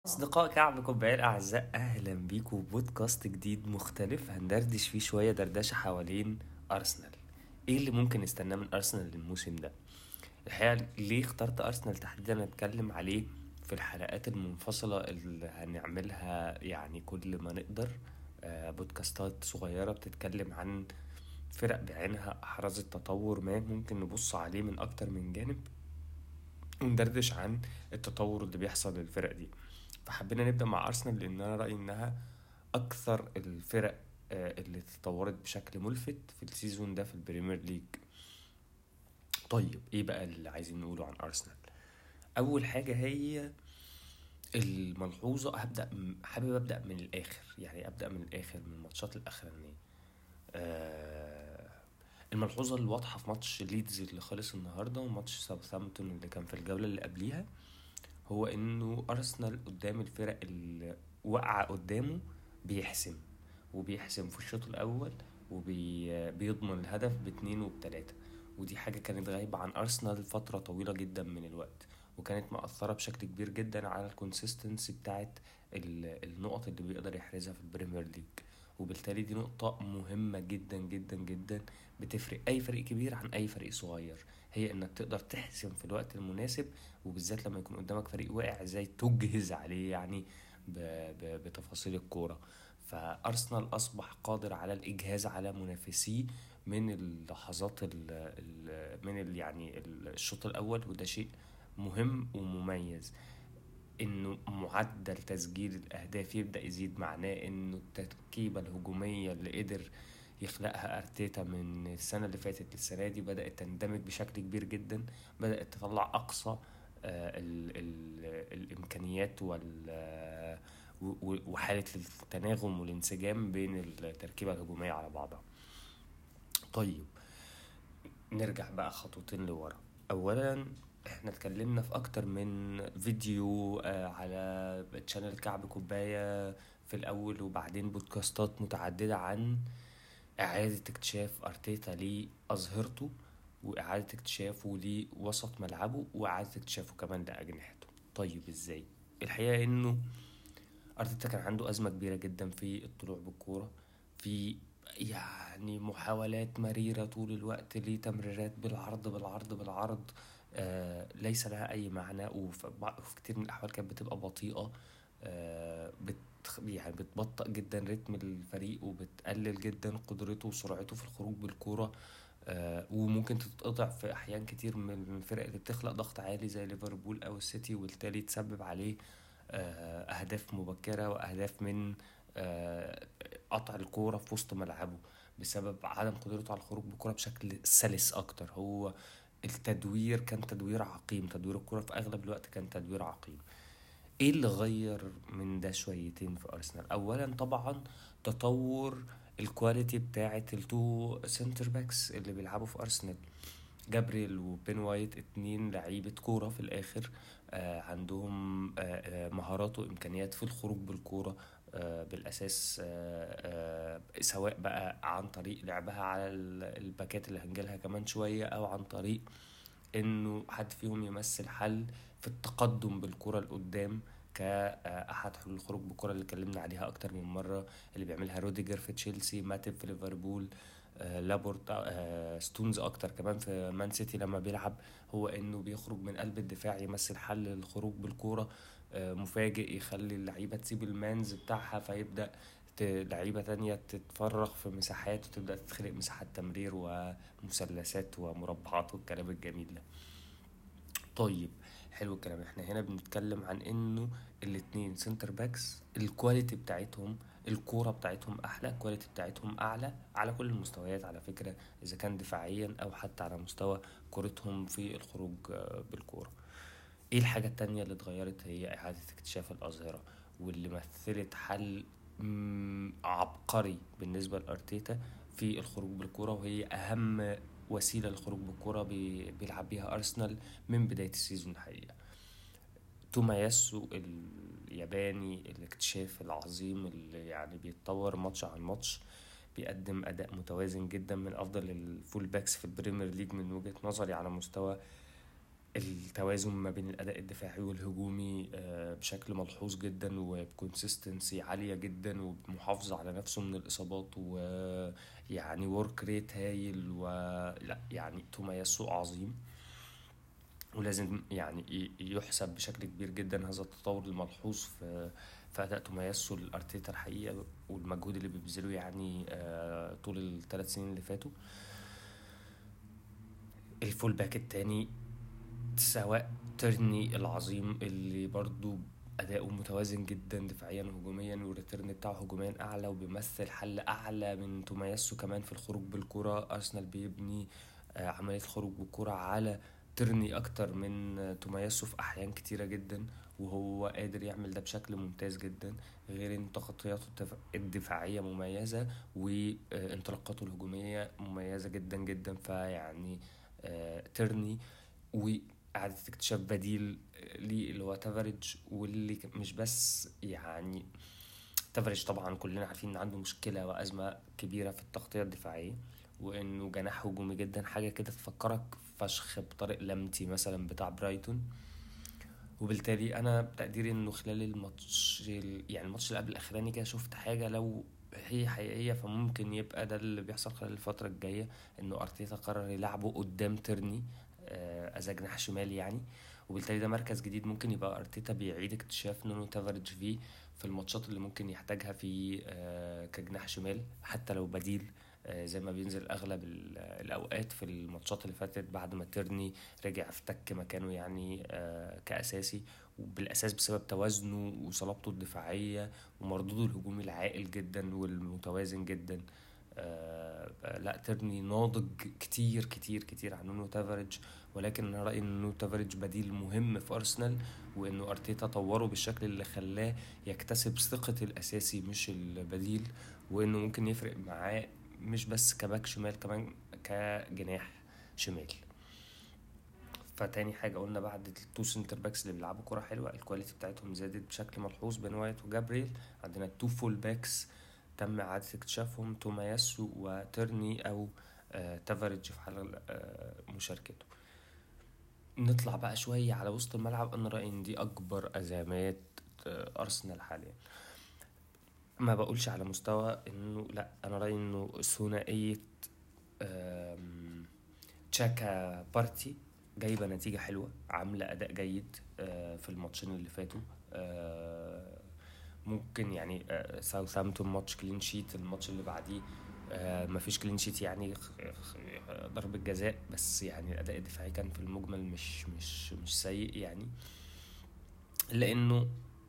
أصدقاء كعب كوباية الأعزاء، أهلا بيكم بودكاست جديد مختلف هندردش فيه شوية دردشة حوالين أرسنال. إيه اللي ممكن نستناه من أرسنال الموسم ده؟ الحقيقة ليه اخترت أرسنال تحديدا نتكلم عليه في الحلقات المنفصلة اللي هنعملها يعني كل ما نقدر. بودكاستات صغيرة بتتكلم عن فرق بعينها أحرزت تطور ما ممكن نبص عليه من أكتر من جانب وندردش عن التطور اللي بيحصل للفرق دي. فحبينا نبدأ مع أرسنال لأن أنا رأيي إنها أكثر الفرق اللي تطورت بشكل ملفت في السيزون ده في البريمير ليج. طيب إيه بقى اللي عايزين نقوله عن أرسنال؟ أول حاجة هي الملحوظة. حابب أبدأ من الآخر، يعني أبدأ من الآخر من الماتشات الأخرانية. آه، الملحوظة الواضحة في ماتش ليدز اللي خلص النهاردة وماتش ساوثهامبتون اللي كان في الجولة اللي قبليها هو انه ارسنال قدام الفرق اللي وقع قدامه بيحسم، وبيحسم في الشوط الاول وبيضمن الهدف باتنين وبتلاتة. ودي حاجة كانت غايبة عن ارسنال فترة طويلة جدا من الوقت، وكانت مأثرة بشكل كبير جدا على الكونسيستنسي بتاعت النقط اللي بيقدر يحرزها في البريمير ليج. وبالتالي دي نقطة مهمة جدا جدا جدا، بتفرق أي فريق كبير عن أي فريق صغير. هي إنك تقدر تحسم في الوقت المناسب، وبالذات لما يكون قدامك فريق واقع ازاي تجهز عليه يعني بتفاصيل الكورة. فأرسنال أصبح قادر على الإجهاز على منافسيه من اللحظات يعني الشوط الأول، وده شيء مهم ومميز. انه معدل تسجيل الاهداف يبدأ يزيد، معناه انه التركيبة الهجومية اللي قدر يخلقها ارتيتا من السنة اللي فاتت للسنة دي بدأت تندمج بشكل كبير جدا، بدأت تطلع اقصى الامكانيات وحالة التناغم والانسجام بين التركيبة الهجومية على بعضها. طيب نرجع بقى خطوتين لورا. اولا احنا اتكلمنا في اكتر من فيديو على تشانل كعب كوباية في الاول، وبعدين بودكاستات متعددة عن اعادة اكتشاف ارتيتا لأظهرته، واعادة اكتشافه لوسط ملعبه، واعادة اكتشافه كمان لأجنحته. طيب ازاي؟ الحقيقة انه ارتيتا كان عنده ازمة كبيرة جدا في الطلوع بالكورة، في يعني محاولات مريرة طول الوقت لتمريرات بالعرض بالعرض بالعرض، ليس لها اي معنى، وفي كتير من الاحوال كانت بتبقى بطيئة. يعني بتبطئ جدا رتم الفريق، وبتقلل جدا قدرته وسرعته في الخروج بالكورة. وممكن تتقطع في احيان كتير من الفرق اللي بتخلق ضغط عالي زي ليفربول او السيتي، وبالتالي تسبب عليه اهداف مبكرة واهداف من آه، قطع الكورة في وسط ملعبه بسبب عدم قدرته على الخروج بالكرة بشكل سلس اكتر. هو التدوير كان تدوير عقيم، تدوير الكرة في اغلب الوقت كان تدوير عقيم. ايه اللي غير من ده شويتين في ارسنال؟ اولا طبعا تطور الكواليتي بتاعه التو سنتر باكس اللي بيلعبوا في ارسنال. جابريل وبين وايت اتنين لعيبة كورة في الآخر، عندهم مهارات وإمكانيات في الخروج بالكورة بالأساس، سواء بقى عن طريق لعبها على الباكات اللي هنجيلها كمان شوية، أو عن طريق انه حد فيهم يمثل حل في التقدم بالكرة لقدام كأحد حلول الخروج بالكرة اللي اتكلمنا عليها أكتر من مرة، اللي بيعملها روديجر في تشيلسي، ماتيب في ليفربول، لابورت، ستونز أكتر كمان في مان سيتي لما بيلعب. هو إنه بيخرج من قلب الدفاع يمثل حل للخروج بالكرة مفاجئ، يخلي اللعيبة تسيب المانز بتاعها فيبدأ لعيبة تانية تتفرغ في مساحات، وتبدأ تخلق مساحات تمرير ومثلثات ومربعات والكلام الجميل ده. طيب حلو الكلام. احنا هنا بنتكلم عن انه الاتنين سنتر باكس الكواليتي بتاعتهم، الكورة بتاعتهم احلى، الكواليتي بتاعتهم اعلى على كل المستويات على فكرة، اذا كان دفاعيا او حتى على مستوى كورتهم في الخروج بالكورة. ايه الحاجة التانية اللي اتغيرت؟ هي اعادة اكتشاف الاظهرة، واللي مثلت حل عبقري بالنسبة لارتيتا في الخروج بالكرة، وهي اهم وسيلة للخروج بالكرة بيلعب بيها ارسنال من بداية السيزون الحقيقة. توماياسو الياباني، الاكتشاف العظيم اللي يعني بيتطور ماتش عن ماتش، بيقدم اداء متوازن جدا، من افضل الفول باكس في البريمير ليج من وجهة نظري على مستوى التوازن ما بين الأداء الدفاعي والهجومي بشكل ملحوظ جدا وبكونسيستنسي عالية جدا وبمحافظة على نفسه من الإصابات، ويعني ورك ريت هايل، ولا يعني تومياسو عظيم. ولازم يعني يحسب بشكل كبير جدا هذا التطور الملحوظ في أداء تومياسو لأرتيتا الحقيقة، والمجهود اللي بيبذله يعني طول الثلاث سنين اللي فاتوا. الفول باك التاني سواء تيرني العظيم اللي برضو أداؤه متوازن جدا دفاعيا وهجوميا، والريتيرن بتاعه هجوميا أعلى وبيمثل حل أعلى من تومياسو كمان في الخروج بالكرة. أرسنال بيبني عملية خروج بالكرة على تيرني أكتر من تومياسو في أحيان كتيرة جدا، وهو قادر يعمل ده بشكل ممتاز جدا، غير ان تغطياته الدفاعية مميزة وانطلاقاته الهجومية مميزة جدا جدا. فيعني تيرني وإعادة اكتشاف بديل ليه اللي هو تافاريج، واللي مش بس يعني تافاريج طبعا كلنا عارفين ان عنده مشكلة وأزمة كبيرة في التغطية الدفاعية، وانه جناح هجومي جدا، حاجة كده تفكرك فشخ بطريق لمتي مثلا بتاع برايتون. وبالتالي انا بتقديري انه خلال الماتش يعني الماتش اللي قبل الاخراني كده شفت حاجة لو هي حقيقية فممكن يبقى ده اللي بيحصل خلال الفترة الجاية، انه ارتيتا قرر يلعبه قدام ترني از جناح شمال يعني. وبالتالي ده مركز جديد ممكن يبقى ارتيتا بيعيد اكتشاف نونو تافاريج فيه في الماتشات اللي ممكن يحتاجها في كجناح شمال، حتى لو بديل زي ما بينزل اغلب الاوقات في الماتشات اللي فاتت بعد ما تيرني رجع افتك مكانه يعني كأساسي، وبالأساس بسبب توازنه وصلابته الدفاعية ومردوده الهجومي العاقل جدا والمتوازن جدا. لا تيرني ناضج كتير كتير كتير عن نونو تافاريج، ولكن انا رأيي ان نونو تافاريج بديل مهم في ارسنال، وانه ارتيتا طوره بالشكل اللي خلاه يكتسب ثقة الاساسي مش البديل، وانه ممكن يفرق معاه مش بس كباك شمال كمان كجناح شمال. فتاني حاجة قلنا بعد التو سنتر باكس اللي بيلعبوا كرة حلوة الكواليتي بتاعتهم زادت بشكل ملحوظ بين وايت وجابريل. عندنا التو فول باكس تم إعادة اكتشافهم، تومياسو وترني أو تافاريج في حال مشاركته. نطلع بقى شوية على وسط الملعب. أنا رأيي إن دي أكبر أزمات أرسنال حاليا. ما بقولش على مستوى إنه لأ، أنا رأيي إنه ثنائية تشاكا بارتي جايبة نتيجة حلوة، عاملة أداء جيد في الماتشين اللي فاتوا. ممكن يعني ساوثهامبتون ماتش كلين شيت، الماتش اللي بعديه مفيش كلين شيت يعني ضربة جزاء، بس يعني الأداء الدفاعي كان في المجمل مش سيء يعني. لأنه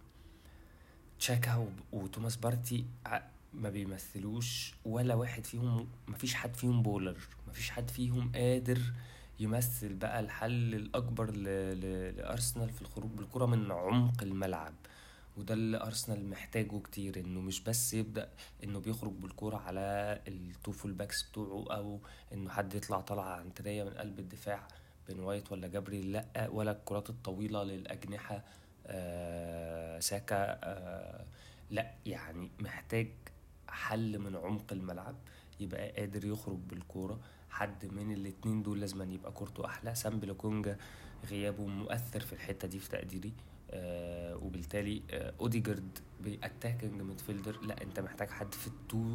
تشاكا وتوماس بارتي ما بيمثلوش ولا واحد فيهم، مفيش حد فيهم بولر، مفيش حد فيهم قادر يمثل بقى الحل الأكبر لأرسنال في الخروج بالكرة من عمق الملعب. وده اللي أرسنال محتاجه كتير، إنه مش بس يبدأ إنه بيخرج بالكرة على التو فول باكس بتوعه، أو إنه حد يطلع طلعة عنترية من قلب الدفاع بين وايت ولا جابريل، لأ، ولا الكرات الطويلة للأجنحة ساكا. لا يعني محتاج حل من عمق الملعب، يبقى قادر يخرج بالكورة. حد من الاتنين دول لازم يبقى كورته احلى. سام بلوكونجا غيابه مؤثر في الحتة دي في تقديري. وبالتالي اوديجارد بيأتاكينج ميدفيلدر، لا انت محتاج حد في التو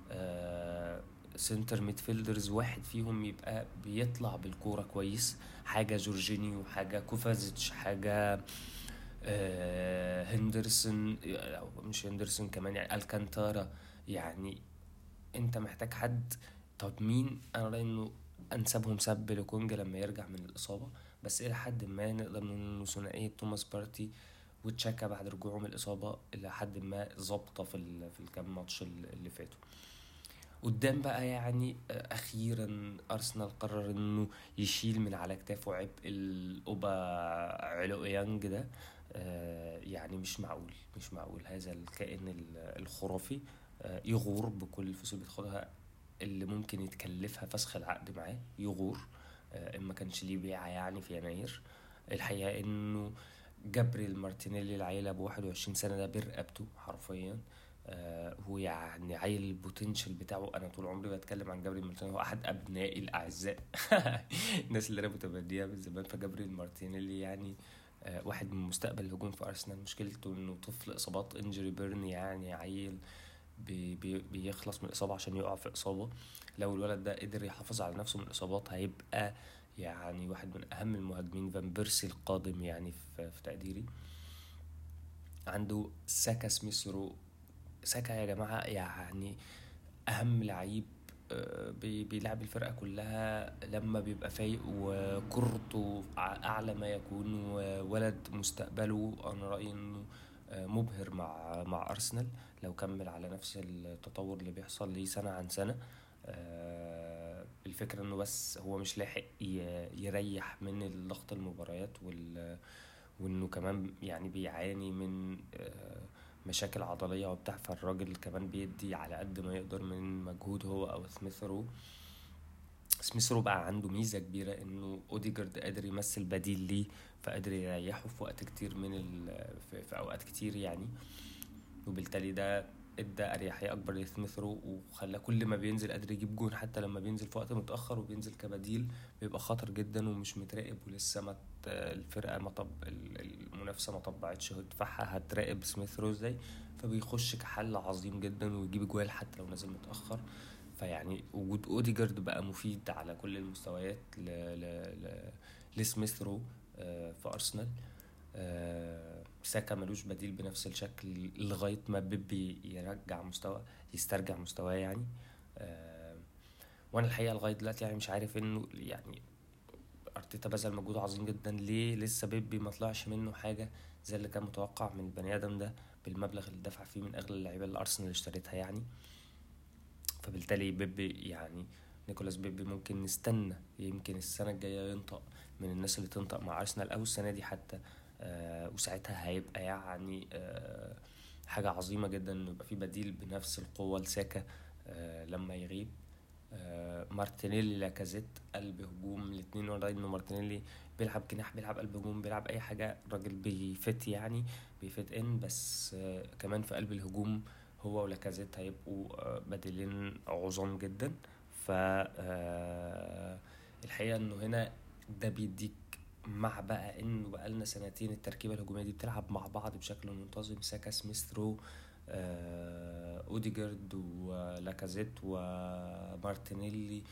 سنتر ميدفيلدرز، واحد فيهم يبقى بيطلع بالكورة كويس، حاجة جورجينيو، حاجة كوفازيتش، حاجة هندرسون، مش هندرسون كمان يعني الكانتارا. يعني انت محتاج حد. طب مين؟ انا رأيي انه انسبهم سب لكونجا لما يرجع من الاصابة، بس الى حد ما نقدر نقول انه ثنائية توماس بارتي وتشاكا بعد رجوعه من الاصابة الى حد ما ظابطة في الكام ماتش اللي فاتوا. قدام بقى يعني اخيرا ارسنال قرر انه يشيل من على كتافه عبء الاوبا علو يانج ده. يعني مش معقول هذا الكائن الخرافي يغور بكل الفلوس اللي بيدخلها، اللي ممكن يتكلفها فسخ العقد معاه يغور. اما كانش ليه بيعة يعني في يناير. الحقيقة انه جابريل مارتينيلي العيلة ب 21 سنة ده برقبته حرفيا. هو يعني عيل البوتنشال بتاعه. انا طول عمري بتكلم عن جابريل مارتينيلي، هو احد ابنائي الاعزاء الناس اللي انا متبنيها من زمان. فجابريل مارتينيلي يعني واحد من مستقبل الهجوم في ارسنال. مشكلته انه طفل اصابات، انجري بيرن، يعني عيل بيخلص من الاصابه عشان يقع في اصابه. لو الولد ده قدر يحافظ على نفسه من الاصابات هيبقى يعني واحد من اهم المهاجمين، فان بيرسي القادم يعني في تقديري. عنده ساكا سميث رو. ساكا يا جماعة يعني أهم لعيب بيلعب الفرقة كلها لما بيبقى فايق وكرته أعلى ما يكون، وولد مستقبله أنا رأيي إنه مبهر مع أرسنال لو كمل على نفس التطور اللي بيحصل ليه سنة عن سنة. الفكرة إنه بس هو مش لاحق يريح من ضغط المباريات وإنه كمان يعني بيعاني من مشاكل عضلية وبتاع. فالراجل كمان بيدي على قد ما يقدر من مجهود هو او سميثرو بقى عنده ميزة كبيرة انه اوديجارد قادر يمثل بديل ليه، فقادر يريحه في وقت كتير في اوقات كتير يعني. وبالتالي ده ادى اريحية اكبر لسميثرو وخلى كل ما بينزل قادر يجيب جون، حتى لما بينزل في وقت متأخر وبينزل كبديل بيبقى خطر جدا ومش متراقب. ولسه ما الفرقة المنافسة ما طبعتش دفاعها هتراقب سميثرو ازاي، فبيخش كحل عظيم جدا ويجيب جوال حتى لو نزل متأخر. فيعني وجود اوديجارد بقى مفيد على كل المستويات لسميثرو في ارسنال. ساكا ملوش بديل بنفس الشكل لغاية ما بيبي يسترجع مستواه يعني. وانا الحقيقة لغاية دلوقتي يعني مش عارف انه يعني ارتيتا بذل مجهود عظيم جدا ليه لسه بيبي ما طلعش منه حاجة زي اللي كان متوقع من البني ادم ده بالمبلغ اللي دفع فيه من اغلى اللعيبة اللي ارسنال اشتريتها يعني. فبالتالي بيبي يعني نيكولاس بيبي ممكن نستنى يمكن السنة الجاية ينطق من الناس اللي تنطق مع أرسنال أو السنة دي حتى. وساعتها هيبقى يعني حاجة عظيمة جدا إنه يبقى في بديل بنفس القوة لساكا لما يغيب. مارتينيلي لاكازيت قلب هجوم الاتنين، ولا إنه مارتينيلي بيلعب جناح بيلعب قلب هجوم بيلعب أي حاجة، الراجل بيفت يعني بيفت إن بس كمان في قلب الهجوم هو ولاكازيت هيبقوا بديلين عظام جدا. ف الحقيقة انه هنا ده بيديك مع بقى انه بقالنا سنتين التركيبة الهجومية دي بتلعب مع بعض بشكل منتظم، ساكا سميثرو اوديجارد ولاكازيت ومارتينيلي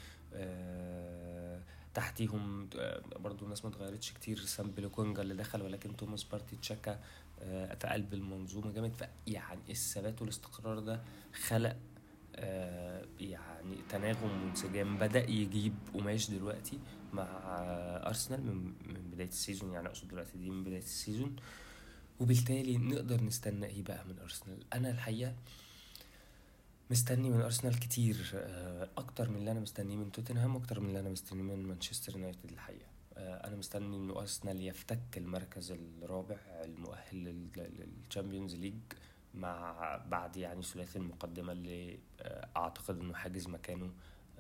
تحتيهم برضو الناس ما اتغيرتش كتير، سامبلو كونجا اللي دخل ولكن توماس بارتي تشاكا في قلب المنظومة جامد. يعني الثبات والاستقرار ده خلق يعني تناغم وانسجام بدأ يجيب قماش دلوقتي مع أرسنال من بداية السيزون، يعني أقصد دلوقتي دي من بداية السيزون. وبالتالي نقدر نستنى إيه بقى من أرسنال؟ أنا الحقيقة مستني من أرسنال كتير أكتر من اللي أنا مستنيه من توتنهام وأكتر من اللي أنا مستنيه من مانشستر يونايتد الحقيقة. أنا مستني إنه أرسنال يفتك المركز الرابع المؤهل للتشامبيونز ليج مع بعد يعني ثلاثي المقدمة اللي أعتقد إنه حاجز مكانه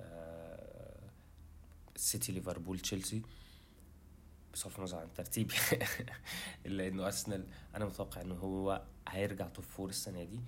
سيتي ليفربول تشيلسي بصرف النظر عن الترتيب إلا إنه أرسنال أنا متوقع إنه هو هيرجع توب فور السنة دي.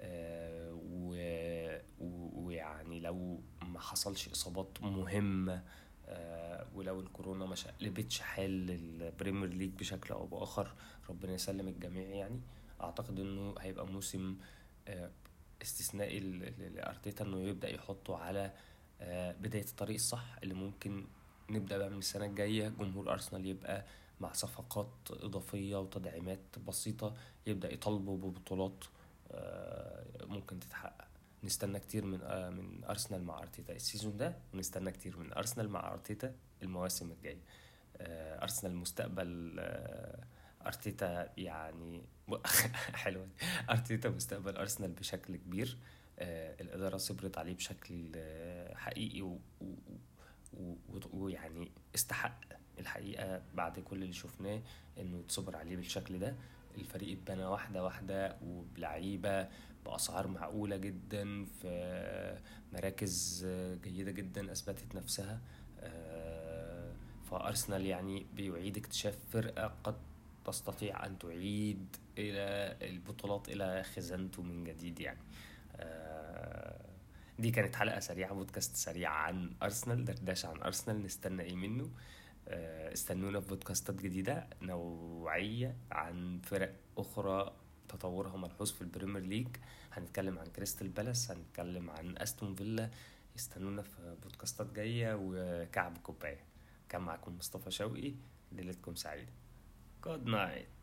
ويعني لو ما حصلش إصابات مهمة ولو الكورونا ما شقلبتش حال البريمير ليج بشكل أو بآخر، ربنا يسلم الجميع يعني. أعتقد إنه هيبقى موسم استثنائي لأرتيتا إنه يبدأ يحطه على بداية الطريق الصح اللي ممكن نبدأ بقى من السنة الجاية. جمهور أرسنال يبقى مع صفقات إضافية وتدعيمات بسيطة يبدأ يطالبوا ببطولات ممكن تتحقق. نستنى كتير من أرسنال مع أرتيتا السيزون ده، ونستنى كتير من أرسنال مع أرتيتا المواسم الجاية. أرسنال مستقبل أرتيتا يعني حلوة. أرتيتا مستقبل أرسنال بشكل كبير. الإدارة صبرت عليه بشكل حقيقي ويعني استحق الحقيقة بعد كل اللي شفناه إنه تصبر عليه بالشكل ده. الفريق اتبنى واحدة واحدة وبلعيبة بأسعار معقولة جدا في مراكز جيدة جدا أثبتت نفسها. فأرسنال يعني بيعيد اكتشاف فرقة قد تستطيع أن تعيد إلى البطولات إلى خزانته من جديد يعني. آه، دي كانت حلقة سريعة، بودكاست سريع عن أرسنال، دردشة عن أرسنال، نستنى إيه منه. استنونا في بودكاستات جديدة نوعية عن فرق أخرى تطورها ملحوظ في البريمير ليج. هنتكلم عن كريستال بالاس، هنتكلم عن أستون فيلا. استنونا في بودكاستات جاية وكعب كوباية. كان معكم مصطفى شوقي، ليلتكم سعيدة. Good night.